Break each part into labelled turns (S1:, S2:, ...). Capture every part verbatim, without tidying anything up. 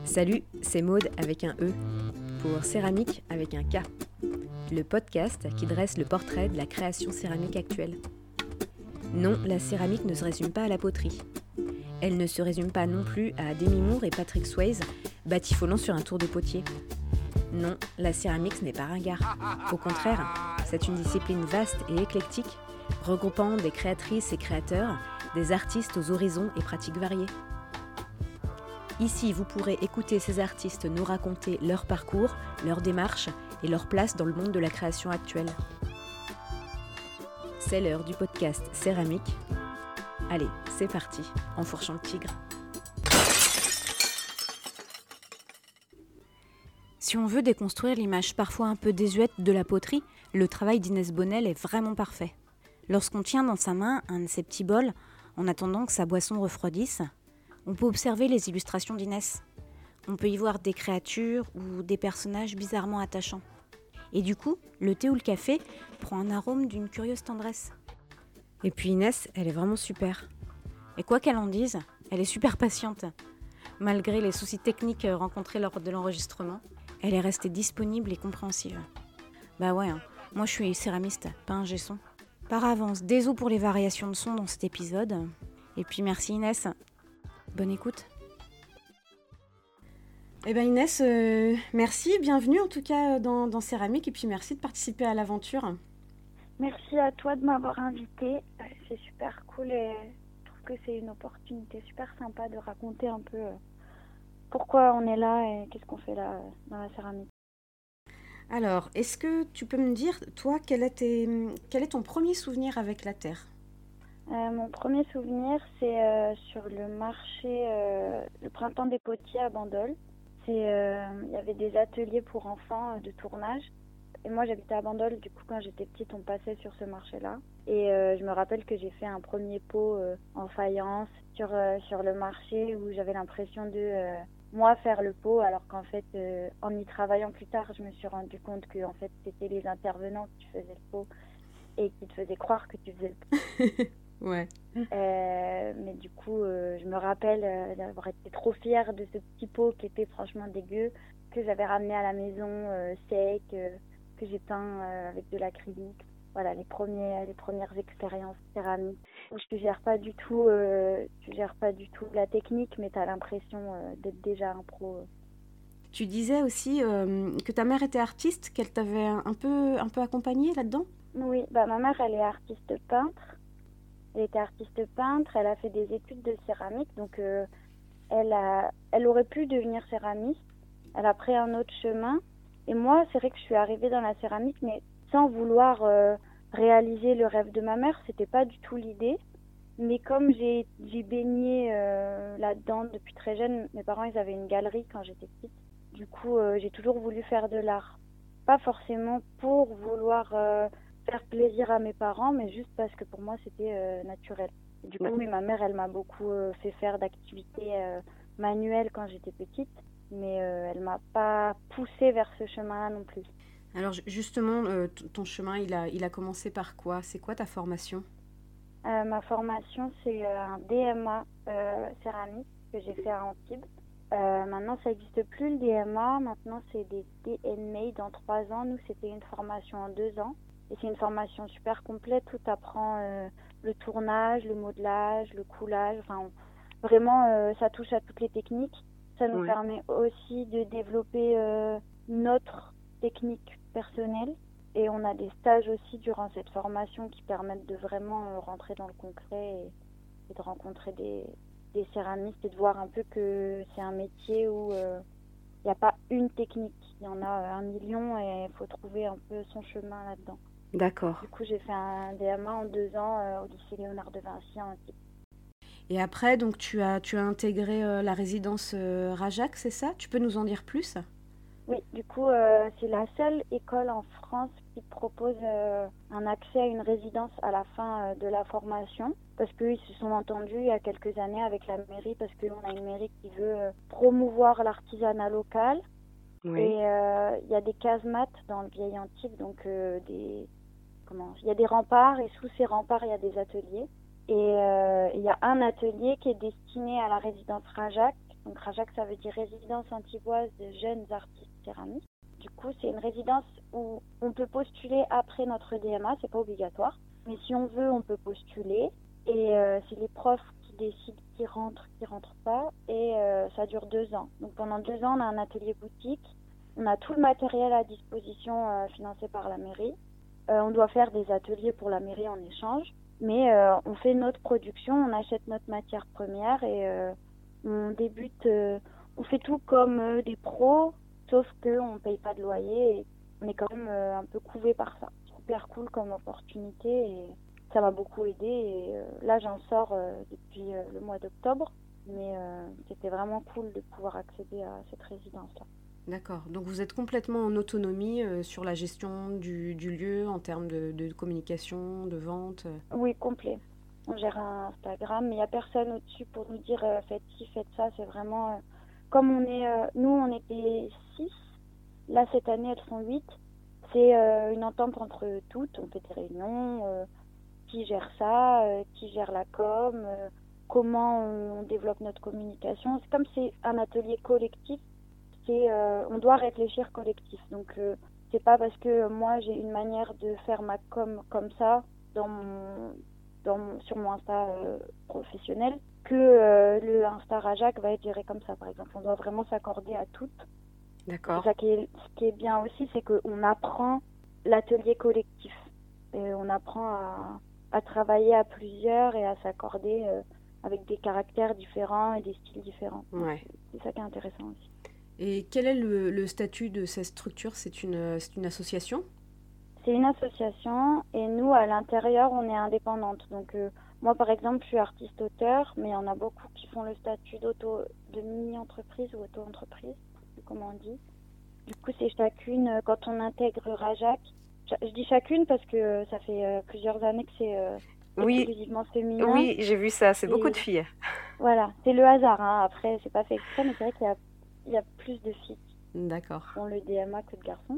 S1: Salut, c'est Maude avec un E, pour Céramique avec un K, le podcast qui dresse le portrait de la création céramique actuelle. Non, la céramique ne se résume pas à la poterie. Elle ne se résume pas non plus à Demi Moore et Patrick Swayze, batifolant sur un tour de potier. Non, la céramique ce n'est pas ringard. Au contraire, c'est une discipline vaste et éclectique, regroupant des créatrices et créateurs, des artistes aux horizons et pratiques variées. Ici, vous pourrez écouter ces artistes nous raconter leur parcours, leur démarche et leur place dans le monde de la création actuelle. C'est l'heure du podcast Céramique. Allez, c'est parti, enfourchant le tigre. Si on veut déconstruire l'image parfois un peu désuète de la poterie, le travail d'Inès Bonnel est vraiment parfait. Lorsqu'on tient dans sa main un de ces petits bols, en attendant que sa boisson refroidisse, on peut observer les illustrations d'Inès. On peut y voir des créatures ou des personnages bizarrement attachants. Et du coup, le thé ou le café prend un arôme d'une curieuse tendresse. Et puis Inès, elle est vraiment super. Et quoi qu'elle en dise, elle est super patiente. Malgré les soucis techniques rencontrés lors de l'enregistrement, elle est restée disponible et compréhensive. Bah ouais, hein. Moi je suis céramiste, pas ingé son. Par avance, désolé pour les variations de son dans cet épisode. Et puis merci Inès. Bonne écoute. Eh ben Inès, euh, merci, bienvenue en tout cas dans, dans Céramique et puis merci de participer à l'aventure.
S2: Merci à toi de m'avoir invitée, c'est super cool et je trouve que c'est une opportunité super sympa de raconter un peu pourquoi on est là et qu'est-ce qu'on fait là dans la céramique.
S1: Alors, est-ce que tu peux me dire, toi, quel est, tes, quel est ton premier souvenir avec la Terre ?
S2: Euh, mon premier souvenir, c'est euh, sur le marché, euh, le printemps des potiers à Bandol. Il euh, y avait des ateliers pour enfants euh, de tournage. Et moi, j'habitais à Bandol. Du coup, quand j'étais petite, on passait sur ce marché-là. Et euh, je me rappelle que j'ai fait un premier pot euh, en faïence sur, euh, sur le marché où j'avais l'impression de, euh, moi, faire le pot. Alors qu'en fait, euh, en y travaillant plus tard, je me suis rendu compte que en fait, c'était les intervenants qui faisaient le pot et qui te faisaient croire que tu faisais le pot.
S1: Ouais.
S2: Euh, mais du coup, euh, je me rappelle euh, d'avoir été trop fière de ce petit pot qui était franchement dégueu, que j'avais ramené à la maison euh, sec, euh, que j'ai peint euh, avec de l'acrylique. Voilà, les premiers, les premières expériences céramiques. Tu gères pas du tout, euh, tu gères pas du tout la technique, mais tu as l'impression euh, d'être déjà un pro.
S1: Tu disais aussi euh, que ta mère était artiste, qu'elle t'avait un peu, un peu accompagnée là-dedans ?
S2: Oui, bah ma mère, elle est artiste peintre. Elle était artiste peintre, elle a fait des études de céramique, donc euh, elle, a, elle aurait pu devenir céramiste. Elle a pris un autre chemin. Et moi, c'est vrai que je suis arrivée dans la céramique, mais sans vouloir euh, réaliser le rêve de ma mère, c'était pas du tout l'idée. Mais comme j'ai, j'ai baigné euh, là-dedans depuis très jeune, mes parents ils avaient une galerie quand j'étais petite. Du coup, euh, j'ai toujours voulu faire de l'art. Pas forcément pour vouloir euh, faire plaisir à mes parents, mais juste parce que pour moi, c'était euh, naturel. Et du coup, oui, ma mère, elle m'a beaucoup euh, fait faire d'activités euh, manuelles quand j'étais petite, mais euh, elle m'a pas poussée vers ce chemin-là non plus.
S1: Alors justement, euh, t- ton chemin, il a, il a commencé par quoi ? C'est quoi ta formation ?
S2: Euh, ma formation, c'est euh, un D M A euh, céramique que j'ai fait à Antibes. Euh, maintenant, ça n'existe plus le D M A. Maintenant, c'est des D N M A dans trois ans. Nous, c'était une formation en deux ans. Et c'est une formation super complète où tu apprends euh, le tournage, le modelage, le coulage. Enfin, on, vraiment, euh, ça touche à toutes les techniques. Ça nous
S1: Ouais.
S2: permet aussi de développer euh, notre technique personnelle. Et on a des stages aussi durant cette formation qui permettent de vraiment euh, rentrer dans le concret et, et de rencontrer des, des céramistes et de voir un peu que c'est un métier où il euh, n'y a pas une technique. Il y en a un million et il faut trouver un peu son chemin là-dedans.
S1: D'accord.
S2: Du coup, j'ai fait un D M A en deux ans euh, au lycée Léonard de Vinci à Antibes.
S1: Et après, donc, tu as, tu as intégré euh, la résidence euh, Rajac, c'est ça ? Tu peux nous en dire plus ?
S2: Oui, du coup, euh, c'est la seule école en France qui propose euh, un accès à une résidence à la fin euh, de la formation. Parce qu'ils se sont entendus il y a quelques années avec la mairie, parce qu'on a une mairie qui veut euh, promouvoir l'artisanat local.
S1: Oui.
S2: Et euh, il y a des casemates dans le vieil Antibes, donc euh, des... Comment il y a des remparts, et sous ces remparts, il y a des ateliers. Et euh, il y a un atelier qui est destiné à la résidence Rajac. Donc Rajac, ça veut dire résidence antiboise de jeunes artistes céramistes. Du coup, c'est une résidence où on peut postuler après notre D M A, c'est pas obligatoire. Mais si on veut, on peut postuler. Et euh, c'est les profs qui décident qui rentrent, qui rentrent pas. Et euh, ça dure deux ans. Donc pendant deux ans, on a un atelier boutique. On a tout le matériel à disposition euh, financé par la mairie. Euh, on doit faire des ateliers pour la mairie en échange. Mais euh, on fait notre production, on achète notre matière première et euh, on débute, euh, on fait tout comme euh, des pros, sauf qu'on ne paye pas de loyer et on est quand même euh, un peu couvé par ça. Super cool comme opportunité et ça m'a beaucoup aidé. Et euh, là, j'en sors euh, depuis euh, le mois d'octobre, mais euh, c'était vraiment cool de pouvoir accéder à cette résidence-là.
S3: D'accord. Donc vous êtes complètement en autonomie euh, sur la gestion du, du lieu en termes de, de communication, de vente.
S2: Oui, complet. On gère un Instagram, mais il n'y a personne au-dessus pour nous dire euh, faites ci, faites ça. C'est vraiment... Euh, comme on est... Euh, nous, on était six. Là, cette année, elles sont huit. C'est euh, une entente entre toutes. On fait des réunions. Euh, qui gère ça, euh, qui gère la com, euh, comment on, on développe notre communication. C'est comme c'est un atelier collectif. C'est, euh, on doit réfléchir collectif. Donc, euh, c'est pas parce que moi, j'ai une manière de faire ma com comme ça dans mon, dans mon, sur mon Insta euh, professionnel que euh, le Insta Rajac va être géré comme ça, par exemple. On doit vraiment s'accorder à toutes.
S3: D'accord.
S2: Ça qui est, ce qui est bien aussi, c'est qu'on apprend l'atelier collectif. Et on apprend à, à travailler à plusieurs et à s'accorder euh, avec des caractères différents et des styles différents.
S3: Ouais.
S2: C'est, c'est ça qui est intéressant aussi.
S3: Et quel est le, le statut de cette structure ? C'est une, c'est une association ?
S2: C'est une association et nous, à l'intérieur, on est indépendante. Donc, euh, moi, par exemple, je suis artiste-auteur, mais il y en a beaucoup qui font le statut d'auto, de mini-entreprise ou auto-entreprise, je sais plus comment on dit. Du coup, c'est chacune, quand on intègre Rajac, je dis chacune parce que ça fait euh, plusieurs années que c'est euh,
S3: Oui.
S2: exclusivement féminin.
S3: Oui, j'ai vu ça, c'est
S2: et,
S3: beaucoup de filles.
S2: Voilà, c'est le hasard, hein. Après, c'est pas fait exprès, mais c'est vrai qu'il y a, il y a plus de filles
S3: D'accord.
S2: qui ont le D M A que de garçons.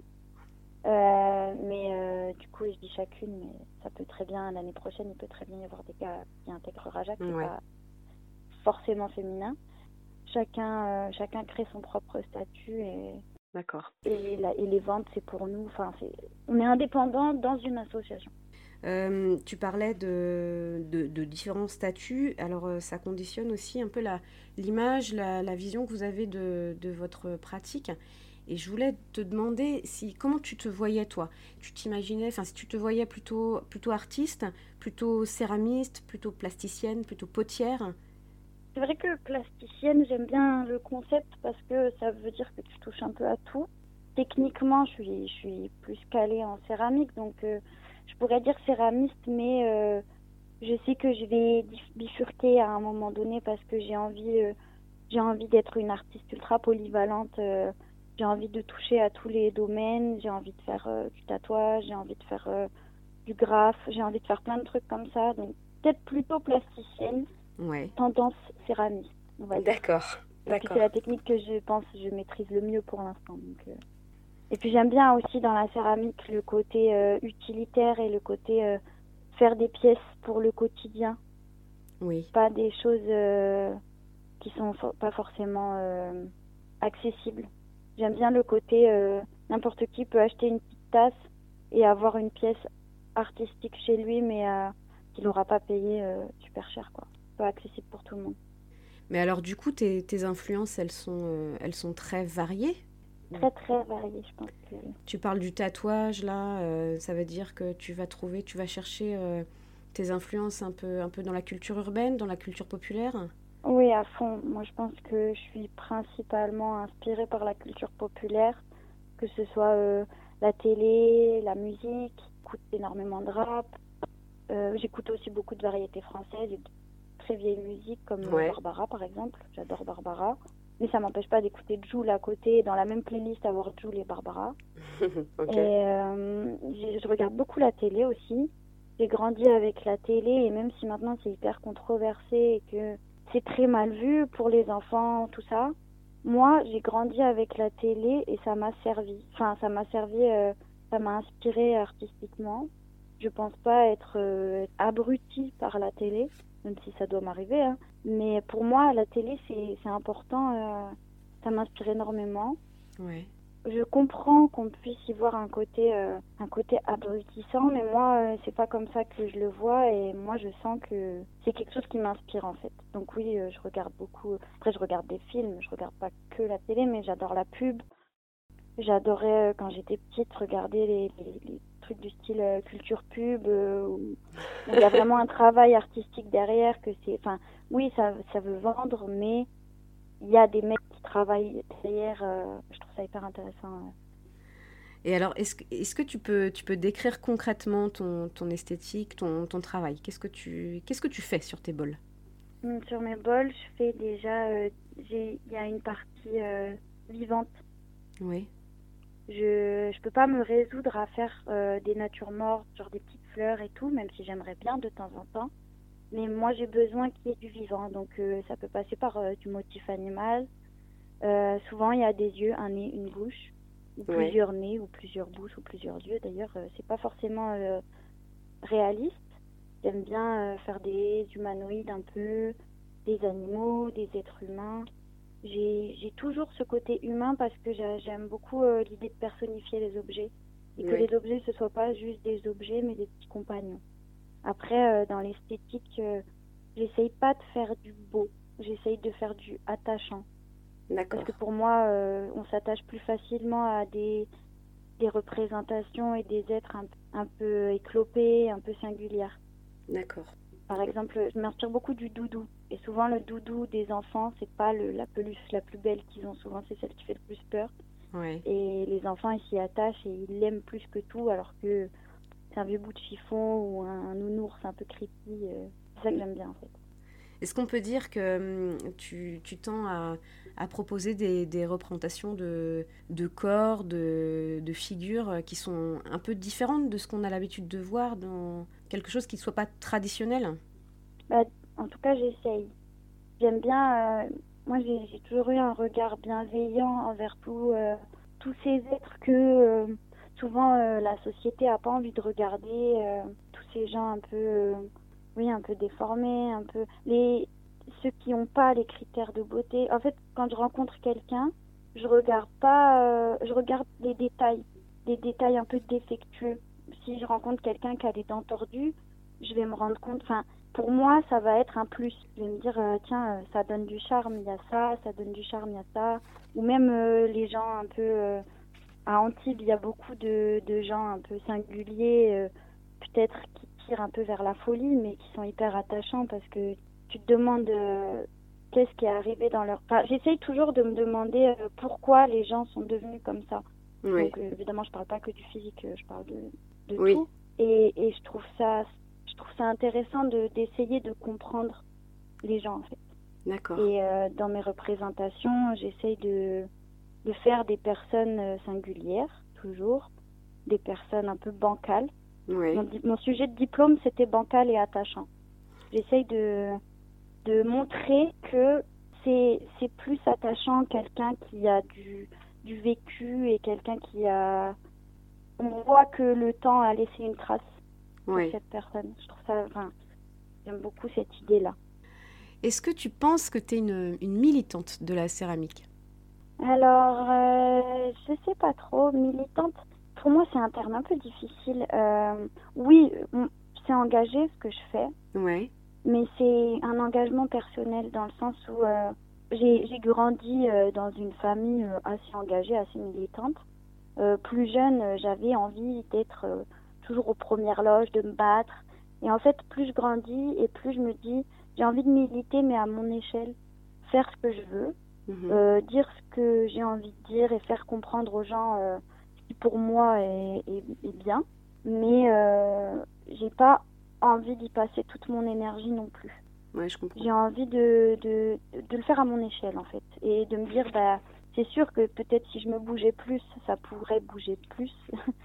S2: Euh, mais euh, du coup, je dis chacune, mais ça peut très bien, l'année prochaine, il peut très bien y avoir des gars qui intègrent Rajac, c'est
S3: Ouais.
S2: pas forcément féminin. Chacun, euh, chacun crée son propre statut et,
S3: D'accord.
S2: et, la, et les ventes, c'est pour nous. Enfin, c'est, on est indépendant dans une association.
S3: Euh, tu parlais de, de, de différents statuts, alors euh, ça conditionne aussi un peu la, l'image, la, la vision que vous avez de, de votre pratique. Et je voulais te demander si, comment tu te voyais toi ? Tu t'imaginais, enfin si tu te voyais plutôt, plutôt artiste, plutôt céramiste, plutôt plasticienne, plutôt potière ?
S2: C'est vrai que plasticienne, j'aime bien le concept parce que ça veut dire que tu touches un peu à tout. Techniquement, je suis, je suis plus calée en céramique, donc euh, je pourrais dire céramiste, mais euh, je sais que je vais bifurquer à un moment donné parce que j'ai envie, euh, j'ai envie d'être une artiste ultra polyvalente. Euh, j'ai envie de toucher à tous les domaines. J'ai envie de faire euh, du tatouage, j'ai envie de faire euh, du graphe, j'ai envie de faire plein de trucs comme ça. Donc peut-être plutôt plasticienne,
S3: Ouais.
S2: tendance céramiste. On va dire.
S3: D'accord.
S2: Et puis
S3: D'accord.
S2: c'est la technique que je pense je maîtrise le mieux pour l'instant. Donc, euh... Et puis j'aime bien aussi dans la céramque le côté euh, utilitaire et le côté euh, faire des pièces pour le quotidien.
S3: Oui.
S2: Pas des choses euh, qui sont for- pas forcément euh, accessibles. J'aime bien le côté euh, n'importe qui peut acheter une petite tasse et avoir une pièce artistique chez lui, mais euh, qu'il n'aura pas payé euh, super cher, quoi. Pas accessible pour tout le monde.
S3: Mais alors du coup, tes, tes influences, elles sont, euh, elles sont très variées ?
S2: Très très varié, je pense que...
S3: Tu parles du tatouage, là, euh, ça veut dire que tu vas trouver, tu vas chercher euh, tes influences un peu, un peu dans la culture urbaine, dans la culture populaire ?
S2: Oui, à fond. Moi, je pense que je suis principalement inspirée par la culture populaire, que ce soit euh, la télé, la musique. J'écoute énormément de rap. Euh, j'écoute aussi beaucoup de variétés françaises et de très vieilles musiques comme
S3: Ouais.
S2: Barbara, par exemple. J'adore Barbara. Mais ça m'empêche pas d'écouter Jul à côté, dans la même playlist, avoir Jul et Barbara.
S3: Ok.
S2: Et euh, j'ai- je regarde beaucoup la télé aussi. J'ai grandi avec la télé et même si maintenant c'est hyper controversé et que c'est très mal vu pour les enfants, tout ça, moi j'ai grandi avec la télé et ça m'a servi. Enfin, ça m'a servi, euh, ça m'a inspiré artistiquement. Je pense pas être euh, abrutie par la télé. même si ça doit m'arriver, hein. Mais pour moi, la télé, c'est, c'est important, euh, ça m'inspire énormément.
S3: Ouais.
S2: Je comprends qu'on puisse y voir un côté, euh, un côté abrutissant, mais moi, euh, c'est pas comme ça que je le vois, et moi, je sens que c'est quelque chose qui m'inspire, en fait. Donc oui, euh, je regarde beaucoup. Après, je regarde des films, je regarde pas que la télé, mais j'adore la pub. J'adorais, euh, quand j'étais petite, regarder les, les, les trucs du style euh, culture pub, euh, où où il y a vraiment un travail artistique derrière, que c'est, enfin, oui, ça, ça veut vendre, mais il y a des mecs qui travaillent derrière. Euh, je trouve ça hyper intéressant. euh.
S3: Et alors, est-ce que, est-ce que tu peux, tu peux décrire concrètement ton, ton esthétique, ton, ton travail? Qu'est-ce que tu, qu'est-ce que tu fais sur tes bols?
S2: Hum, Sur mes bols, je fais déjà, euh, j'ai, il y a une partie euh, vivante.
S3: Oui,
S2: Je, je peux pas me résoudre à faire euh, des natures mortes, genre des petites fleurs et tout, même si j'aimerais bien de temps en temps. Mais moi, j'ai besoin qu'il y ait du vivant, donc euh, ça peut passer par euh, du motif animal. Euh, souvent, il y a des yeux, un nez, une bouche, ou
S3: ouais,
S2: plusieurs nez, ou plusieurs bouches, ou plusieurs yeux. D'ailleurs, euh, c'est pas forcément euh, réaliste. J'aime bien euh, faire des humanoïdes un peu, des animaux, des êtres humains. J'ai, j'ai toujours ce côté humain parce que j'ai- j'aime beaucoup euh, l'idée de personnifier les objets. Et que
S3: oui,
S2: les objets, ce soient pas juste des objets, mais des petits compagnons. Après, euh, dans l'esthétique, euh, j'essaye pas de faire du beau. J'essaye de faire du attachant. Parce
S3: d'accord,
S2: que pour moi, euh, on s'attache plus facilement à des, des représentations et des êtres un, un peu éclopés, un peu singulières.
S3: d'accord,
S2: Par exemple, je m'inspire beaucoup du doudou. Et souvent, le doudou des enfants, c'est pas le, la peluche la plus belle qu'ils ont. Souvent, c'est celle qui fait le plus peur.
S3: ouais.
S2: Et les enfants, ils s'y attachent et ils l'aiment plus que tout, alors que c'est un vieux bout de chiffon ou un, un nounours un peu creepy. euh, C'est ça que j'aime bien, en fait.
S3: Est-ce qu'on peut dire que hum, tu, tu tends à, à proposer des, des représentations de, de corps, de, de figures euh, qui sont un peu différentes de ce qu'on a l'habitude de voir dans quelque chose qui ne soit pas traditionnel?
S2: Bah, en tout cas, j'essaye. J'aime bien. euh, moi, j'ai j'ai toujours eu un regard bienveillant envers tout, euh, tous ces êtres que euh, souvent euh, la société a pas envie de regarder. euh, tous ces gens un peu, euh, oui, un peu déformés, un peu les ceux qui n'ont pas les critères de beauté. En fait, quand je rencontre quelqu'un, je regarde pas, euh, je regarde les détails, des détails un peu défectueux. Si je rencontre quelqu'un qui a des dents tordues, je vais me rendre compte. Enfin, pour moi, ça va être un plus. Je vais me dire, euh, tiens, euh, ça donne du charme, il y a ça, ça donne du charme, il y a ça. Ou même euh, les gens un peu... euh, à Antibes, il y a beaucoup de, de gens un peu singuliers, euh, peut-être qui tirent un peu vers la folie, mais qui sont hyper attachants parce que tu te demandes euh, qu'est-ce qui est arrivé dans leur... Enfin, j'essaye toujours de me demander euh, pourquoi les gens sont devenus comme ça.
S3: Oui,
S2: Donc euh, évidemment, je parle pas que du physique, euh, je parle de, de
S3: oui,
S2: tout. Et, et je trouve ça, je trouve ça intéressant de, d'essayer de comprendre les gens en fait.
S3: d'accord,
S2: Et euh, dans mes représentations, j'essaye de, de faire des personnes euh, singulières, toujours, des personnes un peu bancales.
S3: oui,
S2: Mon, di- mon sujet de diplôme, c'était bancal et attachant. J'essaye de, de montrer que c'est, c'est plus attachant quelqu'un qui a du, du vécu et quelqu'un qui a... On voit que le temps a laissé une trace sur
S3: oui.
S2: cette personne. Je trouve ça... Enfin, j'aime beaucoup cette idée-là.
S3: Est-ce que tu penses que tu es une, une militante de la céramique?
S2: Alors, euh, je sais pas trop. Militante, pour moi, c'est un terme un peu difficile. Euh, oui, on- c'est engagé ce que je fais,
S3: Oui,
S2: mais c'est un engagement personnel dans le sens où euh, j'ai j'ai grandi euh, dans une famille euh, assez engagée, assez militante. Euh, plus jeune, euh, j'avais envie d'être euh, toujours aux premières loges, de me battre. Et en fait, plus je grandis et plus je me dis, j'ai envie de militer, mais à mon échelle, faire ce que je veux,
S3: mhm,
S2: euh, dire ce que j'ai envie de dire et faire comprendre aux gens euh, ce qui pour moi est, est- est bien. Mais euh, j'ai pas envie d'y passer toute mon énergie non plus.
S3: ouais, je comprends.
S2: J'ai envie de, de, de le faire à mon échelle en fait et de me dire bah c'est sûr que peut-être si je me bougeais plus ça pourrait bouger plus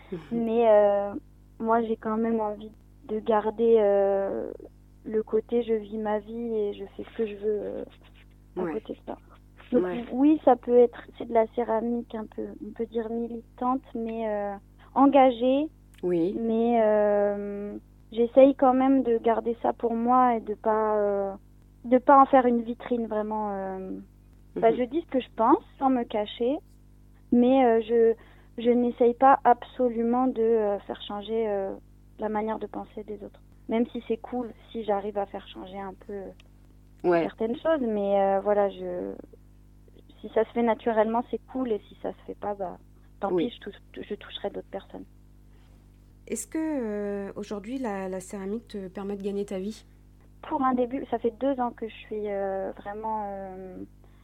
S2: mais euh, moi j'ai quand même envie de garder euh, le côté je vis ma vie et je fais ce que je veux euh, à
S3: Ouais,
S2: côté de ça. Donc
S3: ouais,
S2: oui ça peut être c'est de la céramique un peu on peut dire militante mais euh, engagée
S3: oui,
S2: mais euh, j'essaye quand même de garder ça pour moi et de pas euh, de pas en faire une vitrine vraiment. Euh... Enfin,
S3: Mhm.
S2: je dis ce que je pense sans me cacher, mais euh, je je n'essaye pas absolument de euh, faire changer euh, la manière de penser des autres. Même si c'est cool, si j'arrive à faire changer un peu euh,
S3: Ouais,
S2: certaines choses, mais euh, voilà, je si ça se fait naturellement, c'est cool, et si ça se fait pas, bah tant pis,
S3: oui.
S2: je, touche, je toucherai d'autres personnes.
S3: Est-ce que euh, aujourd'hui la, la céramique te permet de gagner ta vie?
S2: Pour un début, ça fait deux ans que je suis euh, vraiment euh,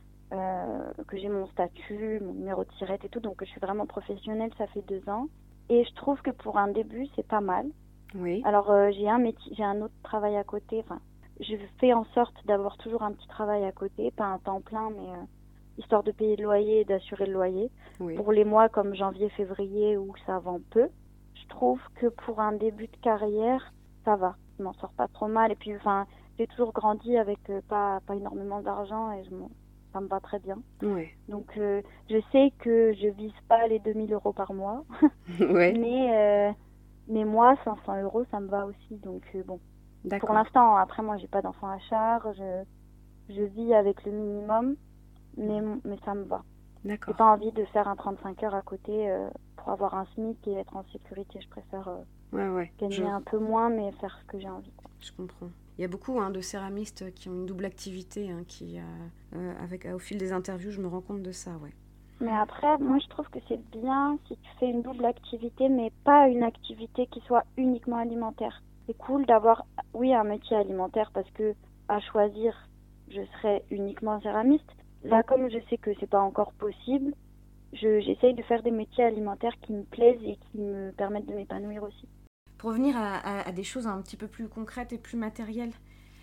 S2: euh, que j'ai mon statut, mon numéro de tirette et tout, donc que je suis vraiment professionnelle, ça fait deux ans. Et je trouve que pour un début, c'est pas mal.
S3: Oui,
S2: Alors euh, j'ai un métier, j'ai un autre travail à côté. Enfin, je fais en sorte d'avoir toujours un petit travail à côté, pas un temps plein, mais euh, histoire de payer le loyer et d'assurer le loyer.
S3: oui.
S2: Pour les mois comme janvier, février où ça vend peu, je trouve que pour un début de carrière, ça va. Je m'en sors pas trop mal. Et puis, enfin, j'ai toujours grandi avec euh, pas pas énormément d'argent et je m'en- ça me va très bien.
S3: Ouais,
S2: Donc, euh, je sais que je vise pas les deux mille euros par mois,
S3: ouais,
S2: mais euh, mais moi, cinq cents euros, ça me va aussi. Donc, euh, bon, pour
S3: d'accord,
S2: l'instant, après, moi, j'ai pas d'enfant à charge. Je, je vis avec le minimum, mais mais ça me va. J'ai pas
S3: d'accord.
S2: envie de faire un trente-cinq heures à côté euh, pour avoir un SMIC et être en sécurité. Je préfère euh,
S3: Ouais, ouais, je,
S2: gagner un peu moins, mais faire ce que j'ai envie, quoi.
S3: je comprends. Il y a beaucoup hein, de céramistes qui ont une double activité, hein, qui, euh, euh, avec, au fil des interviews, je me rends compte de ça, ouais.
S2: Mais après, moi, je trouve que c'est bien si tu fais une double activité, mais pas une activité qui soit uniquement alimentaire. C'est cool d'avoir, oui, un métier alimentaire parce que, à choisir, je serais uniquement céramiste. Là, comme je sais que c'est pas encore possible, je, j'essaye de faire des métiers alimentaires qui me plaisent et qui me permettent de m'épanouir aussi.
S3: Pour revenir à, à- à des choses un petit peu plus concrètes et plus matérielles,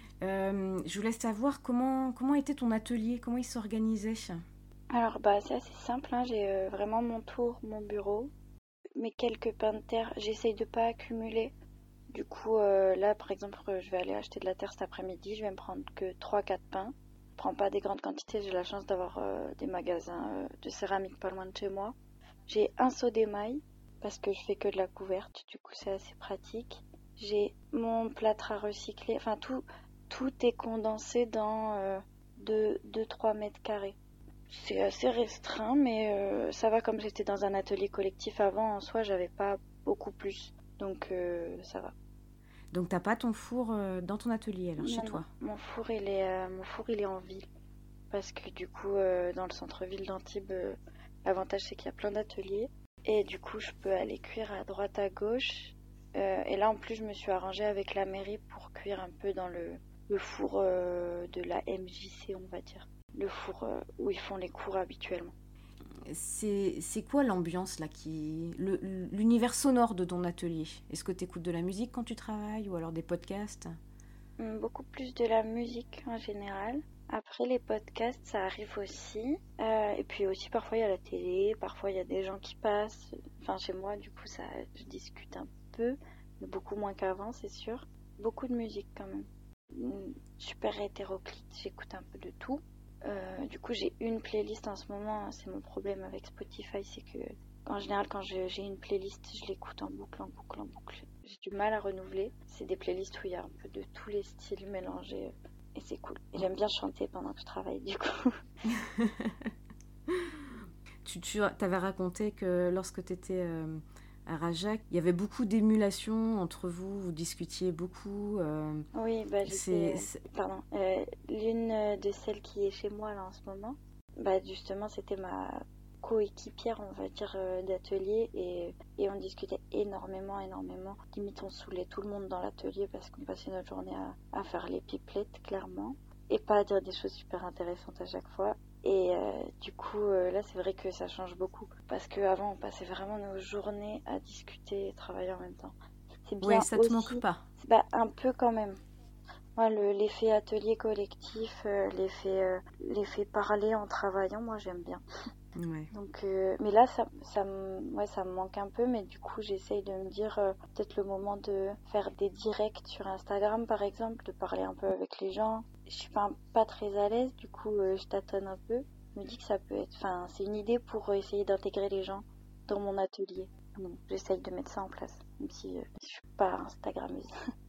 S3: euh, je voulais savoir comment, comment était ton atelier, comment il s'organisait.
S2: Alors, bah, c'est assez simple, hein. J'ai euh, vraiment mon tour, mon bureau, mes quelques pains de terre. J'essaye de pas accumuler. Du coup, euh, là, par exemple, euh, je vais aller acheter de la terre cet après-midi. Je vais me prendre que trois quatre pains. Je prends pas des grandes quantités. J'ai la chance d'avoir euh, des magasins euh, de céramique pas loin de chez moi. J'ai un seau d'émail parce que je fais que de la couverte. Du coup, c'est assez pratique. J'ai mon plâtre à recycler. Enfin, tout, tout est condensé dans euh, deux trois mètres carrés. C'est assez restreint, mais euh, ça va, comme j'étais dans un atelier collectif avant, en soi, j'avais pas beaucoup plus. Donc euh, ça va.
S3: Donc t'as pas ton four euh, dans ton atelier, alors, chez
S2: Non, non,
S3: toi?
S2: mon four il est, euh, mon four il est en ville. Parce que du coup, euh, dans le centre-ville d'Antibes, euh, l'avantage c'est qu'il y a plein d'ateliers. Et du coup, je peux aller cuire à droite, à gauche. Euh, et là, en plus, je me suis arrangée avec la mairie pour cuire un peu dans le, le four euh, de la M J C, on va dire. Le four euh, où ils font les cours habituellement.
S3: C'est, c'est quoi l'ambiance là qui, le- l'univers sonore de ton atelier? Est-ce que tu écoutes de la musique quand tu travailles ou alors des podcasts?
S2: Hum, Beaucoup plus de la musique en général. Après, les podcasts, ça arrive aussi. Euh, et puis aussi, parfois, il y a la télé, parfois, il y a des gens qui passent. Enfin, chez moi, du coup, ça, je discute un peu, mais beaucoup moins qu'avant, c'est sûr. Beaucoup de musique quand même. Hum, Super hétéroclite, j'écoute un peu de tout. Euh, du coup, j'ai une playlist en ce moment. C'est mon problème avec Spotify, c'est que en général, quand je- j'ai une playlist, je l'écoute en boucle, en boucle, en boucle. J'ai du mal à renouveler. C'est des playlists où il y a un peu de tous les styles mélangés, euh, et c'est cool. Et j'aime bien chanter pendant que je travaille, du coup.
S3: Tu, tu avais raconté que lorsque tu étais euh, à Rajac, il y avait beaucoup d'émulation entre vous, vous discutiez beaucoup. euh,
S2: Oui, bah
S3: c'est,
S2: j'étais, euh,
S3: c'est-
S2: pardon, euh, l'une euh, de celles qui est chez moi là en ce moment. Bah justement, c'était ma coéquipière, on va dire, euh, d'atelier, et, et on discutait énormément, énormément. Limite, on saoulait tout le monde dans l'atelier parce qu'on passait notre journée à, à faire les pipelettes, clairement, et pas à dire des choses super intéressantes à chaque fois. Et euh, du coup, euh, là, c'est vrai que ça change beaucoup parce qu'avant, on passait vraiment nos journées à discuter et travailler en même temps. C'est
S3: Ouais,
S2: bien
S3: ça te manque
S2: aussi,
S3: pas.
S2: bah, un peu quand même. Moi, le, l'effet atelier collectif, euh, l'effet, euh, l'effet parler en travaillant, moi, j'aime bien.
S3: Ouais.
S2: Donc, euh, mais là, ça, ça, me, ouais, ça me manque un peu, mais du coup, j'essaye de me dire euh, peut-être le moment de faire des directs sur Instagram, par exemple, de parler un peu avec les gens. Je suis pas, pas très à l'aise, du coup, euh, je tâtonne un peu. Je me dis que ça peut être, enfin, c'est une idée pour essayer d'intégrer les gens dans mon atelier. Donc, j'essaye de mettre ça en place. même si euh, je suis pas Instagrammeuse.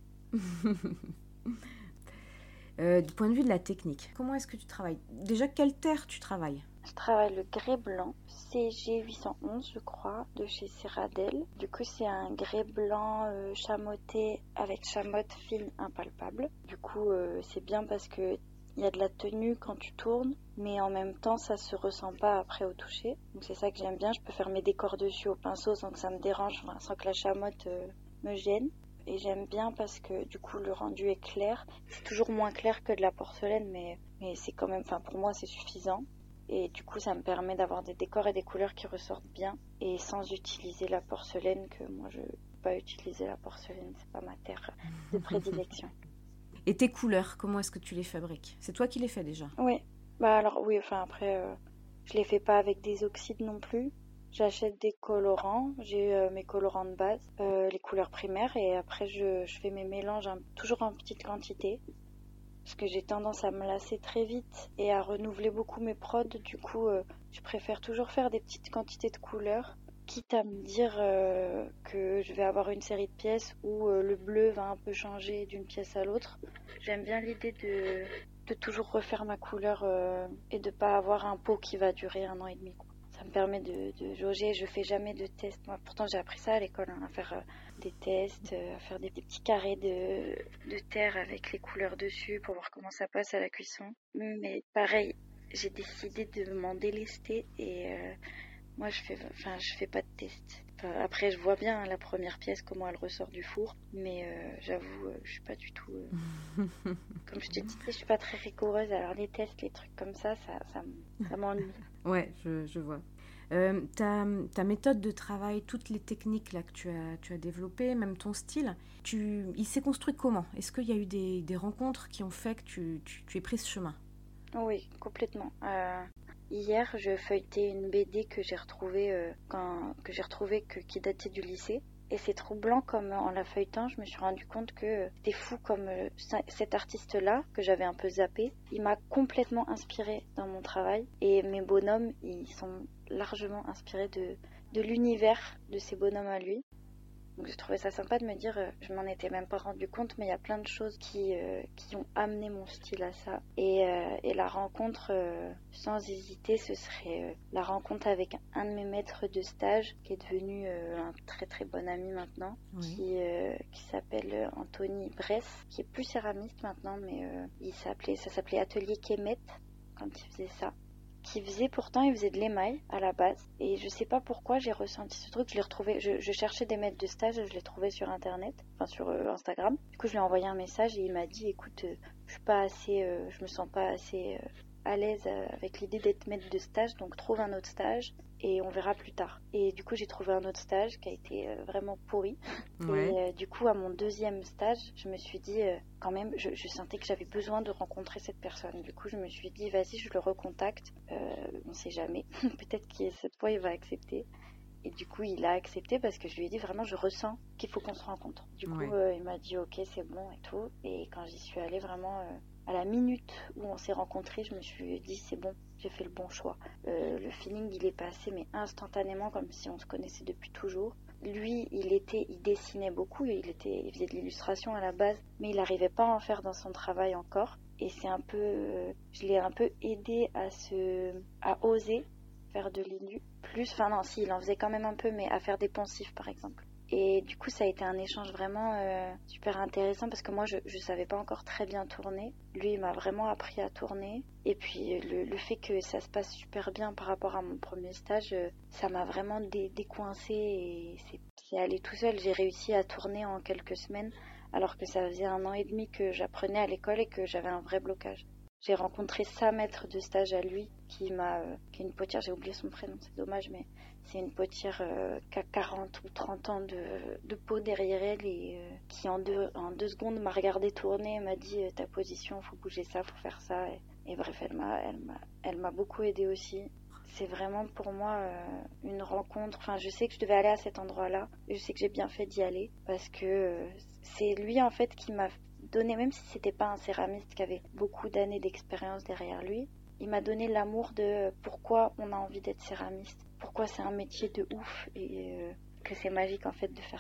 S3: euh, du point de vue de la technique, comment est-ce que tu travailles? Déjà, quelle terre tu travailles?
S2: Je travaille le grès blanc, C G huit cent onze je crois, de chez Serradel. Du coup c'est un grès blanc euh, chamoté avec chamotte fine impalpable. Du coup euh, c'est bien parce que il y a de la tenue quand tu tournes, mais en même temps ça se ressent pas après au toucher. Donc c'est ça que j'aime bien, je peux faire mes décors dessus au pinceau sans que ça me dérange, enfin, sans que la chamotte euh, me gêne. Et j'aime bien parce que du coup le rendu est clair. C'est toujours moins clair que de la porcelaine, mais, mais c'est quand même, enfin pour moi c'est suffisant. Et du coup, ça me permet d'avoir des décors et des couleurs qui ressortent bien et sans utiliser la porcelaine, que moi, je ne peux pas utiliser la porcelaine, c'est pas ma terre de prédilection.
S3: Et tes couleurs, comment est-ce que tu les fabriques? C'est toi qui les fais déjà?
S2: Oui, bah alors oui, enfin après, euh, je les fais pas avec des oxydes non plus. J'achète des colorants, j'ai euh, mes colorants de base, euh, les couleurs primaires, et après je, je fais mes mélanges hein, toujours en petite quantité. Parce que j'ai tendance à me lasser très vite et à renouveler beaucoup mes prods. Du coup, euh, je préfère toujours faire des petites quantités de couleurs, quitte à me dire euh, que je vais avoir une série de pièces où euh, le bleu va un peu changer d'une pièce à l'autre. J'aime bien l'idée de, de toujours refaire ma couleur euh, et de pas avoir un pot qui va durer un an et demi, quoi. Ça me permet de, de jauger. Je fais jamais de tests. Moi, pourtant, j'ai appris ça à l'école, hein, à faire euh, des tests, euh, à faire des, des petits carrés de, de terre avec les couleurs dessus pour voir comment ça passe à la cuisson. Mais pareil, j'ai décidé de m'en délester et euh, moi, je fais, enfin, je fais pas de tests. Enfin, après, je vois bien hein, la première pièce comment elle ressort du four, mais euh, j'avoue, euh, je suis pas du tout. Euh... Comme je te disais, je suis pas très rigoureuse. Alors les tests, les trucs comme ça, ça, ça, ça m'ennuie.
S3: Ouais, je, je vois. Euh, ta, ta méthode de travail, toutes les techniques là que tu as, tu as développées, même ton style, tu, il s'est construit comment? Est-ce qu'il y a eu des, des rencontres qui ont fait que tu, tu, tu aies pris ce chemin?
S2: Oui, complètement. Euh, hier, je feuilletais une B D que j'ai retrouvée, euh, quand, que j'ai retrouvée que, qui datait du lycée. Et c'est troublant comme en la feuilletant, je me suis rendu compte que c'était fou comme euh, cet artiste-là, que j'avais un peu zappé, il m'a complètement inspirée dans mon travail. Et mes bonhommes, ils sont largement inspirés de, de l'univers de ces bonhommes à lui. Donc j'ai trouvé ça sympa de me dire, euh, je m'en étais même pas rendu compte, mais il y a plein de choses qui, euh, qui ont amené mon style à ça. Et, euh, et la rencontre, euh, sans hésiter, ce serait euh, la rencontre avec un de mes maîtres de stage, qui est devenu euh, un très très bon ami maintenant, oui. qui, euh, qui s'appelle Anthony Bress, qui est plus céramiste maintenant, mais euh, il s'appelait, ça s'appelait Atelier Kemet quand il faisait ça. Qui faisait pourtant, il faisait de l'émail à la base. Et je sais pas pourquoi j'ai ressenti ce truc. Je l'ai retrouvé, je, je cherchais des maîtres de stage, je l'ai trouvé sur internet, enfin sur euh, Instagram. Du coup, je lui ai envoyé un message et il m'a dit, écoute, euh, je suis pas assez, euh, je me sens pas assez euh, à l'aise euh, avec l'idée d'être maître de stage, donc trouve un autre stage et on verra plus tard. Et du coup, j'ai trouvé un autre stage qui a été euh, vraiment pourri. Ouais. Et euh, du coup, à mon deuxième stage, je me suis dit, euh, quand même, je, je sentais que j'avais besoin de rencontrer cette personne. Du coup, je me suis dit, vas-y, je le recontacte. Euh, on sait jamais. Peut-être que cette fois, il va accepter. Et du coup, il a accepté parce que je lui ai dit vraiment, je ressens qu'il faut qu'on se rencontre. Du coup, ouais. euh, il m'a dit, ok, c'est bon et tout. Et quand j'y suis allée, vraiment, euh, à la minute où on s'est rencontrés, je me suis dit, c'est bon, j'ai fait le bon choix. Euh, le feeling, il est passé, mais instantanément, comme si on se connaissait depuis toujours. Lui, il était, il dessinait beaucoup, il était, il faisait de l'illustration à la base, mais il n'arrivait pas à en faire dans son travail encore. Et c'est un peu, euh, je l'ai un peu aidé à se, à oser faire de l'illu. Plus, enfin non, si, il en faisait quand même un peu, mais à faire des poncifs par exemple. Et du coup, ça a été un échange vraiment euh, super intéressant parce que moi, je ne savais pas encore très bien tourner. Lui, il m'a vraiment appris à tourner. Et puis, le, le fait que ça se passe super bien par rapport à mon premier stage, euh, ça m'a vraiment dé- décoincé et c'est, c'est allé tout seul. J'ai réussi à tourner en quelques semaines alors que ça faisait un an et demi que j'apprenais à l'école et que j'avais un vrai blocage. J'ai rencontré sa maître de stage à lui, qui m'a, euh, qui est une potière, j'ai oublié son prénom, c'est dommage, mais c'est une potière euh, qui a quarante ou trente ans de, de peau derrière elle et euh, qui en deux, en deux secondes m'a regardé tourner et m'a dit euh, ta position, faut bouger ça, faut faire ça. Et, et bref, elle m'a, elle m'a, elle m'a beaucoup aidée aussi. C'est vraiment pour moi euh, une rencontre. Enfin, je sais que je devais aller à cet endroit-là. Je sais que j'ai bien fait d'y aller parce que euh, c'est lui en fait qui m'a donné, même si c'était pas un céramiste qui avait beaucoup d'années d'expérience derrière lui, il m'a donné l'amour de pourquoi on a envie d'être céramiste, pourquoi c'est un métier de ouf et euh, que c'est magique en fait de faire ça.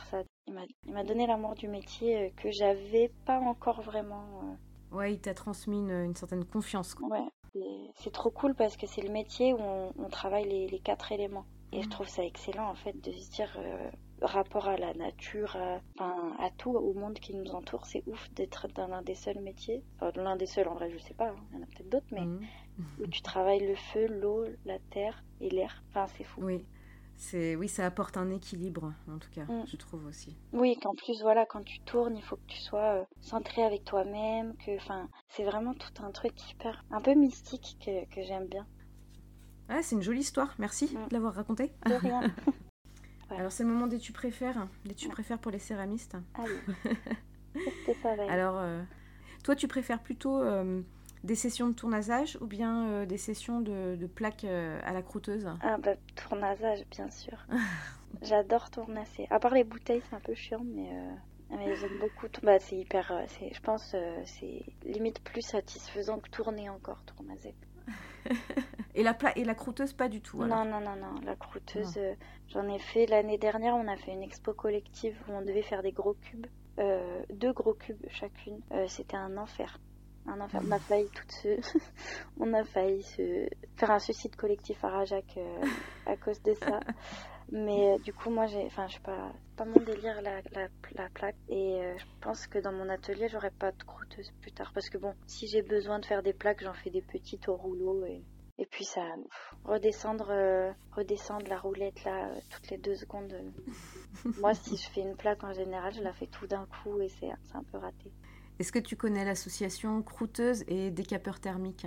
S2: Il m'a, il m'a donné l'amour du métier euh, que j'avais pas encore vraiment. euh.
S3: Ouais, il t'a transmis une, une certaine confiance, quoi.
S2: Ouais, c'est, c'est trop cool parce que c'est le métier où on, on travaille les, les quatre éléments. Et je trouve ça excellent en fait de se dire euh, rapport à la nature, à, enfin, à tout, au monde qui nous entoure. C'est ouf d'être dans l'un des seuls métiers. Enfin, l'un des seuls en vrai, je sais pas, hein, il y en a peut-être d'autres, mais
S3: Mhm.
S2: où tu travailles le feu, l'eau, la terre et l'air. Enfin, c'est fou.
S3: Oui. C'est, oui, ça apporte un équilibre, en tout cas,
S2: Mm.
S3: je trouve aussi.
S2: Oui, qu'en plus, voilà, quand tu tournes, il faut que tu sois euh, centré avec toi-même, que, enfin, c'est vraiment tout un truc hyper, un peu mystique que, que j'aime bien.
S3: Ah, c'est une jolie histoire, merci
S2: Mm.
S3: de l'avoir racontée.
S2: De rien. Ouais.
S3: Alors, c'est le moment des tu préfères, des tu
S2: Ouais.
S3: préfères pour les céramistes.
S2: Allez, qu'est-ce que ça va être?
S3: Alors, euh, toi, tu préfères plutôt euh, des sessions de tournasage ou bien euh, des sessions de, de plaques euh, à la croûteuse?
S2: Ah bah, tournasage, bien sûr. J'adore tournasser. À part les bouteilles, c'est un peu chiant, mais, euh, mais j'aime beaucoup. Tour- Bah, c'est hyper, euh, c'est, je pense, euh, c'est limite plus satisfaisant que tourner encore, tournasser.
S3: Et la, pla- et la croûteuse, pas du tout, alors.
S2: Non, non, non, non. La croûteuse, euh, j'en ai fait l'année dernière. On a fait une expo collective où on devait faire des gros cubes, euh, deux gros cubes chacune. Euh, c'était un enfer. Un enfer. On a failli toutes se... on a failli se faire un suicide collectif à Rajac euh, à cause de ça. Mais euh, du coup, moi, j'ai, enfin, je sais pas, c'est pas mon délire la, la, la plaque. Et euh, je pense que dans mon atelier, j'aurai pas de croûteuse plus tard. Parce que bon, si j'ai besoin de faire des plaques, j'en fais des petites au rouleau. Et, et puis ça, pff, redescendre, euh, redescendre la roulette là, euh, toutes les deux secondes. euh. Moi, si je fais une plaque en général, je la fais tout d'un coup et c'est, c'est un peu raté.
S3: Est-ce que tu connais l'association croûteuse et décapeur thermique?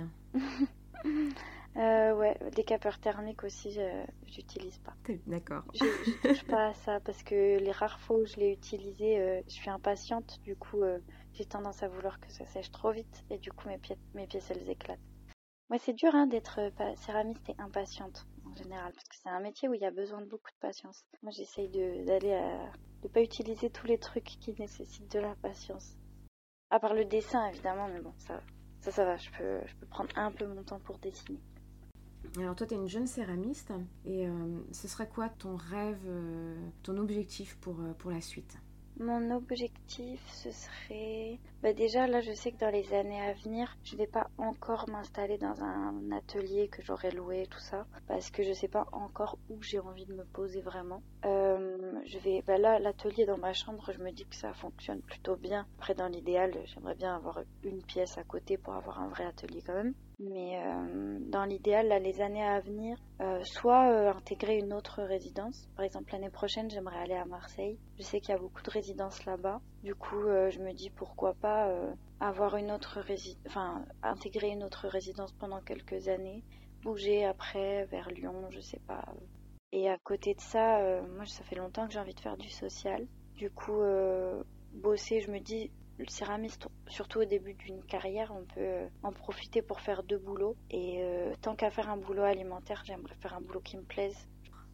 S2: Euh, ouais, décapeur thermique aussi, je, j'utilise pas.
S3: D'accord.
S2: Je, je touche pas à ça parce que les rares fois où je l'ai utilisé, euh, je suis impatiente. Du coup, euh, j'ai tendance à vouloir que ça sèche trop vite et du coup, mes, pieds, mes pièces, elles éclatent. Ouais, c'est dur hein, d'être euh, pa- céramiste et impatiente en général parce que c'est un métier où il y a besoin de beaucoup de patience. Moi, j'essaye de, d'aller à... de pas utiliser tous les trucs qui nécessitent de la patience. À part le dessin, évidemment, mais bon, ça, ça, ça va. Je peux, je peux prendre un peu mon temps pour dessiner.
S3: Alors toi, tu es une jeune céramiste et euh, ce serait quoi ton rêve, euh, ton objectif pour, euh, pour la suite?
S2: Mon objectif, ce serait... Bah déjà, là, je sais que dans les années à venir, je vais pas encore m'installer dans un atelier que j'aurais loué, tout ça, parce que je sais pas encore où j'ai envie de me poser vraiment. Euh, je vais... Bah là, l'atelier dans ma chambre, je me dis que ça fonctionne plutôt bien. Après, dans l'idéal, j'aimerais bien avoir une pièce à côté pour avoir un vrai atelier quand même. Mais euh, dans l'idéal, là, les années à venir, euh, soit euh, intégrer une autre résidence. Par exemple, l'année prochaine, j'aimerais aller à Marseille. Je sais qu'il y a beaucoup de résidences là-bas. Du coup, euh, je me dis pourquoi pas euh, avoir une autre résidence, enfin, intégrer une autre résidence pendant quelques années, bouger après vers Lyon, je sais pas. Et à côté de ça, euh, moi, ça fait longtemps que j'ai envie de faire du social. Du coup, euh, bosser, je me dis, le céramiste, surtout au début d'une carrière, on peut euh, en profiter pour faire deux boulots. Et euh, tant qu'à faire un boulot alimentaire, j'aimerais faire un boulot qui me plaise.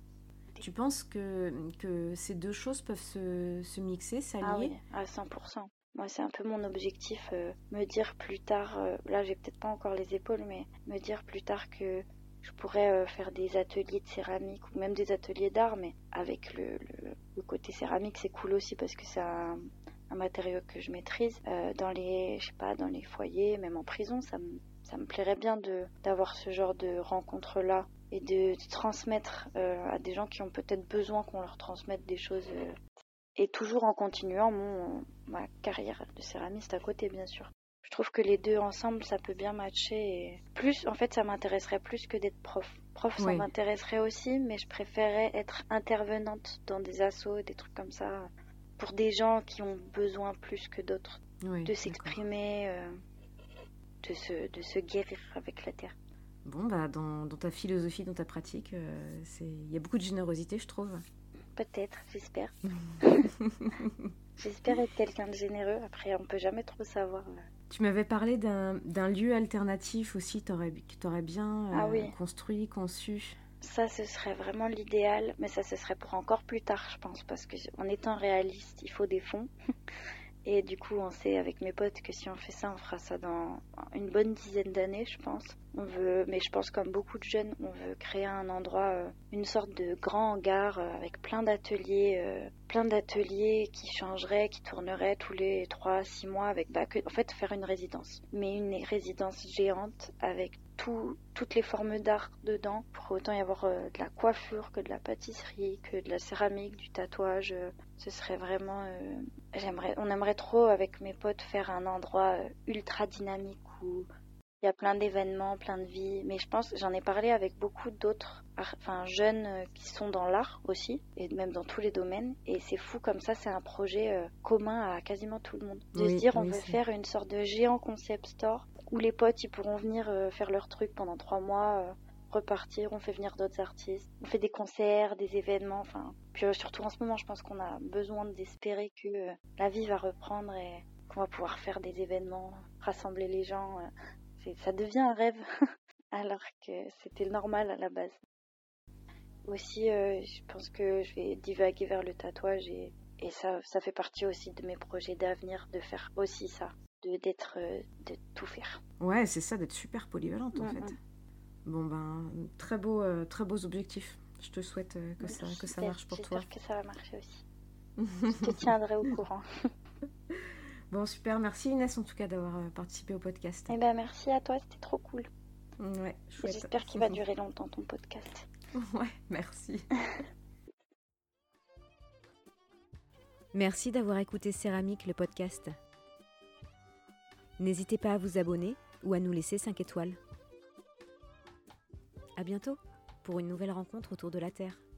S3: Tu penses que, que ces deux choses peuvent se, se mixer, s'allier?
S2: Ah oui, à cent pour cent. Moi, c'est un peu mon objectif, euh, me dire plus tard, euh, là, j'ai peut-être pas encore les épaules, mais me dire plus tard que je pourrais euh, faire des ateliers de céramique ou même des ateliers d'art, mais avec le, le, le côté céramique, c'est cool aussi parce que c'est un, un matériau que je maîtrise. Euh, dans les, je sais pas, dans les foyers, même en prison, ça me, ça me plairait bien de, d'avoir ce genre de rencontres-là et de, de transmettre euh, à des gens qui ont peut-être besoin qu'on leur transmette des choses. Euh, et toujours en continuant mon, ma carrière de céramiste à côté, bien sûr. Je trouve que les deux ensemble, ça peut bien matcher. Et plus, en fait, ça m'intéresserait plus que d'être prof. Prof, ça
S3: Oui.
S2: m'intéresserait aussi, mais je préférais être intervenante dans des assos, des trucs comme ça, pour des gens qui ont besoin plus que d'autres
S3: Oui,
S2: de s'exprimer, euh, de, se, de se guérir avec la terre.
S3: Bon, bah, dans, dans ta philosophie, dans ta pratique, euh, c'est... il y a beaucoup de générosité, je trouve.
S2: Peut-être, j'espère. J'espère être quelqu'un de généreux. Après, on peut jamais trop savoir.
S3: Tu m'avais parlé d'un, d'un lieu alternatif aussi t'aurais, que tu aurais bien euh,
S2: ah oui.
S3: construit, conçu.
S2: Ça, ce serait vraiment l'idéal, mais ça, ce serait pour encore plus tard, je pense, parce qu'en étant réaliste, il faut des fonds. Et du coup, on sait avec mes potes que si on fait ça, on fera ça dans une bonne dizaine d'années, je pense. On veut, mais je pense comme beaucoup de jeunes, on veut créer un endroit, euh, une sorte de grand hangar euh, avec plein d'ateliers, euh, plein d'ateliers qui changeraient, qui tourneraient tous les trois, six mois avec, bah, que, en fait, faire une résidence. Mais une résidence géante avec tout, toutes les formes d'art dedans. Pour autant y avoir euh, de la coiffure, que de la pâtisserie, que de la céramique, du tatouage. Euh, ce serait vraiment, euh, j'aimerais, on aimerait trop avec mes potes faire un endroit euh, ultra dynamique où il y a plein d'événements, plein de vie, mais je pense, j'en ai parlé avec beaucoup d'autres, enfin jeunes euh, qui sont dans l'art aussi, et même dans tous les domaines, et c'est fou comme ça, c'est un projet euh, commun à quasiment tout le monde. De
S1: Oui,
S2: se dire, on
S1: oui,
S2: veut
S1: c'est-
S2: faire une sorte de géant concept store, où les potes, ils pourront venir euh, faire leur truc pendant trois mois, euh, repartir, on fait venir d'autres artistes, on fait des concerts, des événements, enfin, puis euh, surtout en ce moment, je pense qu'on a besoin d'espérer que euh, la vie va reprendre et qu'on va pouvoir faire des événements, rassembler les gens. euh, c'est- ça devient un rêve alors que c'était le normal à la base. Aussi, euh, je pense que je vais divaguer vers le tatouage et, et ça, ça fait partie aussi de mes projets d'avenir de faire aussi ça, de d'être, euh, de tout faire.
S3: Ouais, c'est ça, d'être super polyvalente en
S2: Mm,
S3: fait.
S2: mm.
S3: Bon ben, très beau, euh, très beaux objectifs. Je te souhaite euh, que, ça, que ça
S2: J'espère-
S3: marche pour toi.
S2: J'espère que ça va marcher aussi. Je te tiendrai au courant.
S3: Bon, super. Merci Inès en tout cas d'avoir euh, participé au podcast.
S2: Eh ben merci à toi, c'était trop cool.
S3: Ouais,
S2: Et
S3: chouette.
S2: j'espère qu'il va durer longtemps ton podcast.
S3: Ouais, merci.
S1: Merci d'avoir écouté Céramique, le podcast. N'hésitez pas à vous abonner ou à nous laisser cinq étoiles. À bientôt pour une nouvelle rencontre autour de la Terre.